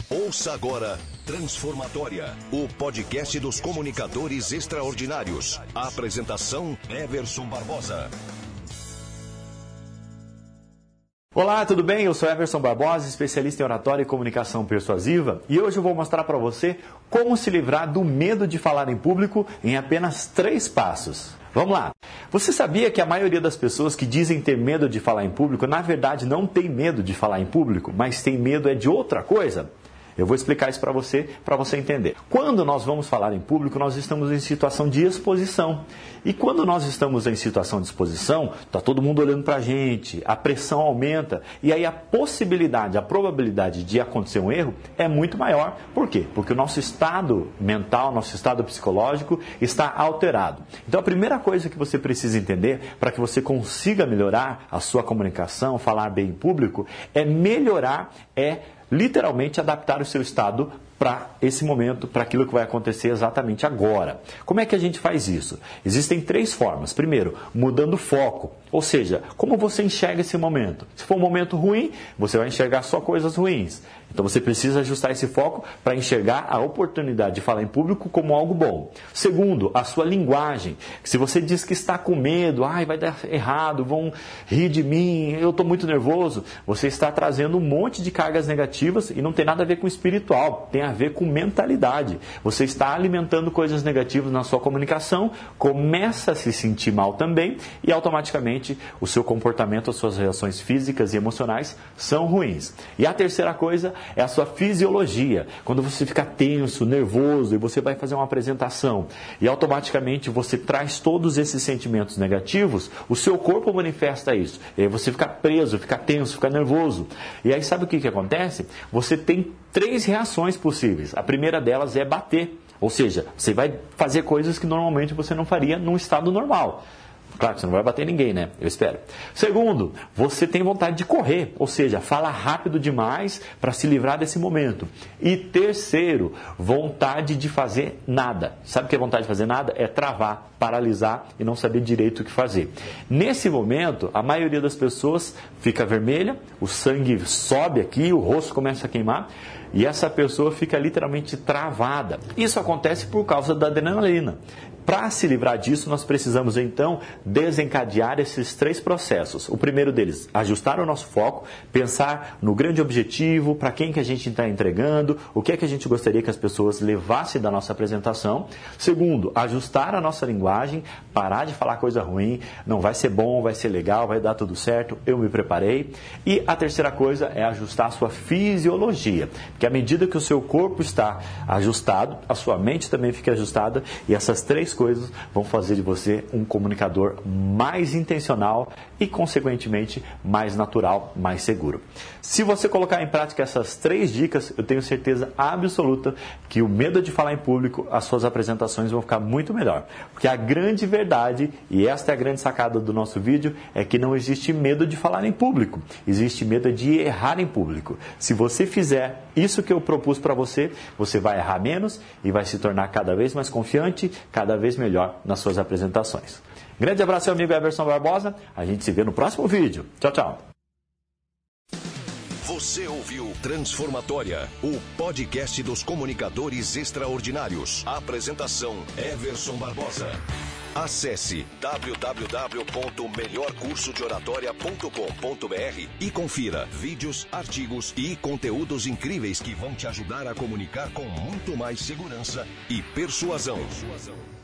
Ouça agora Transformatória, o podcast dos comunicadores extraordinários. A apresentação, Everson Barbosa. Olá, tudo bem? Eu sou Everson Barbosa, especialista em oratória e comunicação persuasiva, e hoje eu vou mostrar para você como se livrar do medo de falar em público em apenas 3 passos. Vamos lá! Você sabia que a maioria das pessoas que dizem ter medo de falar em público, na verdade não tem medo de falar em público, mas tem medo de outra coisa? Eu vou explicar isso para você entender. Quando nós vamos falar em público, nós estamos em situação de exposição. E quando nós estamos em situação de exposição, está todo mundo olhando para a gente, a pressão aumenta, e aí a possibilidade, a probabilidade de acontecer um erro é muito maior. Por quê? Porque o nosso estado mental, nosso estado psicológico está alterado. Então a primeira coisa que você precisa entender para que você consiga melhorar a sua comunicação, falar bem em público, é literalmente adaptar o seu estado para esse momento, para aquilo que vai acontecer exatamente agora. Como é que a gente faz isso? Existem 3 formas. Primeiro, mudando o foco, ou seja, como você enxerga esse momento. Se for um momento ruim, você vai enxergar só coisas ruins. Então você precisa ajustar esse foco para enxergar a oportunidade de falar em público como algo bom. Segundo, a sua linguagem. Se você diz que está com medo, vai dar errado, vão rir de mim, eu estou muito nervoso, você está trazendo um monte de cargas negativas e não tem nada a ver com espiritual, tem a ver com mentalidade. Você está alimentando coisas negativas na sua comunicação, começa a se sentir mal também e automaticamente o seu comportamento, as suas reações físicas e emocionais são ruins. E a terceira coisa é a sua fisiologia. Quando você fica tenso, nervoso e você vai fazer uma apresentação e automaticamente você traz todos esses sentimentos negativos, o seu corpo manifesta isso. E aí você fica preso, fica tenso, fica nervoso. E aí sabe o que acontece? Você tem 3 reações possíveis. A primeira delas é bater. Ou seja, você vai fazer coisas que normalmente você não faria num estado normal. Claro que você não vai bater ninguém, né? Eu espero. Segundo, você tem vontade de correr, ou seja, fala rápido demais para se livrar desse momento. E terceiro, vontade de fazer nada. Sabe o que é vontade de fazer nada? É travar, paralisar e não saber direito o que fazer. Nesse momento, a maioria das pessoas fica vermelha, o sangue sobe aqui, o rosto começa a queimar e essa pessoa fica literalmente travada. Isso acontece por causa da adrenalina. Para se livrar disso, nós precisamos então desencadear esses 3 processos. O primeiro deles, ajustar o nosso foco, pensar no grande objetivo, para quem que a gente está entregando, o que é que a gente gostaria que as pessoas levassem da nossa apresentação. Segundo, ajustar a nossa linguagem, parar de falar coisa ruim, não vai ser bom, vai ser legal, vai dar tudo certo, eu me preparei. E a terceira coisa é ajustar a sua fisiologia, porque à medida que o seu corpo está ajustado, a sua mente também fica ajustada e essas 3 coisas vão fazer de você um comunicador mais intencional e, consequentemente, mais natural, mais seguro. Se você colocar em prática essas 3 dicas, eu tenho certeza absoluta que o medo de falar em público, as suas apresentações vão ficar muito melhor. Porque a grande verdade, e esta é a grande sacada do nosso vídeo, é que não existe medo de falar em público. Existe medo de errar em público. Se você fizer isso que eu propus para você, você vai errar menos e vai se tornar cada vez mais confiante, cada vez melhor nas suas apresentações. Grande abraço, seu amigo Everson Barbosa. A gente se vê no próximo vídeo. Tchau, tchau. Você ouviu Transformatória, o podcast dos comunicadores extraordinários. Apresentação, Everson Barbosa. Acesse www.melhorcursodeoratoria.com.br e confira vídeos, artigos e conteúdos incríveis que vão te ajudar a comunicar com muito mais segurança e persuasão.